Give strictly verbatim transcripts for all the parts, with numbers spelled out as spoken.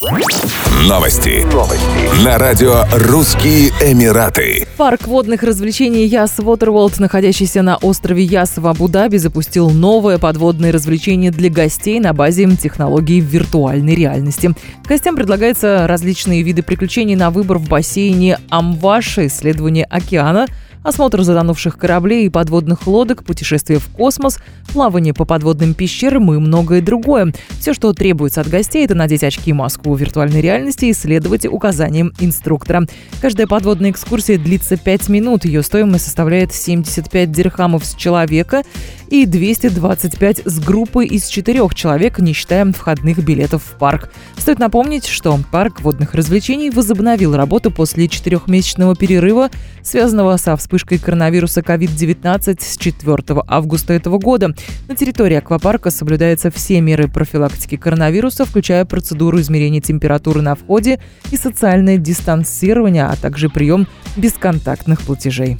Новости. Новости. На радио «Русские Эмираты». Парк водных развлечений Яс Waterworld, находящийся на острове Яс в Абу-Даби, запустил новое подводное развлечение для гостей на базе технологий виртуальной реальности. Гостям предлагаются различные виды приключений на выбор в бассейне Амваш, исследование океана, осмотр затонувших кораблей и подводных лодок, путешествие в космос, плавание по подводным пещерам и многое другое. Все, что требуется от гостей, это надеть очки и маску виртуальной реальности и следовать указаниям инструктора. Каждая подводная экскурсия длится пять минут. Ее стоимость составляет семьдесят пять дирхамов с человека и двести двадцать пять с группы из четырех человек, не считая входных билетов в парк. Стоит напомнить, что парк водных развлечений возобновил работу после четырехмесячного перерыва, связанного со вспышкой коронавируса ковид девятнадцать с четвёртого августа этого года. На территории аквапарка соблюдаются все меры профилактики коронавируса, включая процедуру измерения температуры на входе и социальное дистанцирование, а также прием бесконтактных платежей.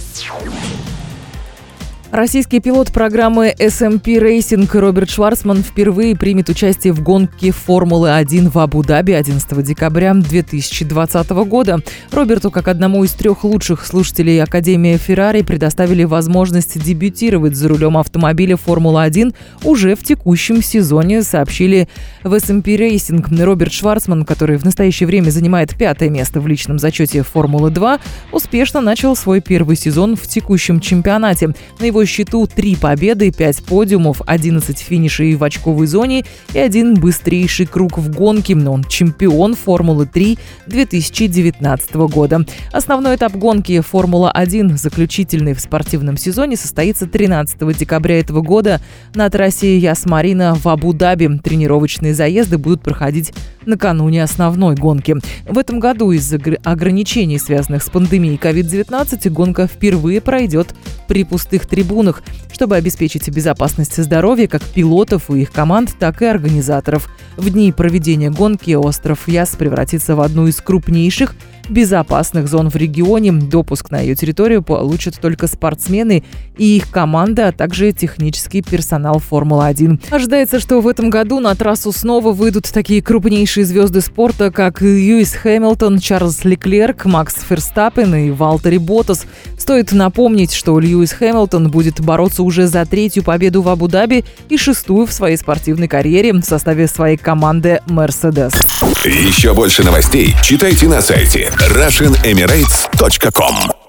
Российский пилот программы эс эм пи Racing Роберт Шварцман впервые примет участие в гонке Формулы один в Абу-Даби одиннадцатого декабря две тысячи двадцатого года. Роберту, как одному из трех лучших слушателей Академии Феррари, предоставили возможность дебютировать за рулем автомобиля Формула один уже в текущем сезоне, сообщили в эс эм пи Racing. Роберт Шварцман, который в настоящее время занимает пятое место в личном зачете Формулы два, успешно начал свой первый сезон в текущем чемпионате. На его счету три победы, пять подиумов, одиннадцать финишей в очковой зоне и один быстрейший круг в гонке. Он чемпион Формулы три две тысячи девятнадцатого года. Основной этап гонки Формула один, заключительный в спортивном сезоне, состоится тринадцатого декабря этого года на трассе Яс-Марина в Абу-Даби. Тренировочные заезды будут проходить накануне основной гонки. В этом году из-за ограничений, связанных с пандемией ковид девятнадцать, гонка впервые пройдет при пустых трибунах, чтобы обеспечить безопасность и здоровье как пилотов и их команд, так и организаторов. В дни проведения гонки остров Яс превратится в одну из крупнейших безопасных зон в регионе. Допуск на ее территорию получат только спортсмены и их команда, а также технический персонал Формулы один. Ожидается, что в этом году на трассу снова выйдут такие крупнейшие звезды спорта, как Льюис Хэмилтон, Чарльз Леклерк, Макс Ферстаппен и Валтери Боттас. Стоит напомнить, что Льюис Хэмилтон будет бороться уже за третью победу в Абу-Даби и шестую в своей спортивной карьере в составе своей команды «Мерседес». Еще больше новостей читайте на сайте Russian Emirates точка ком.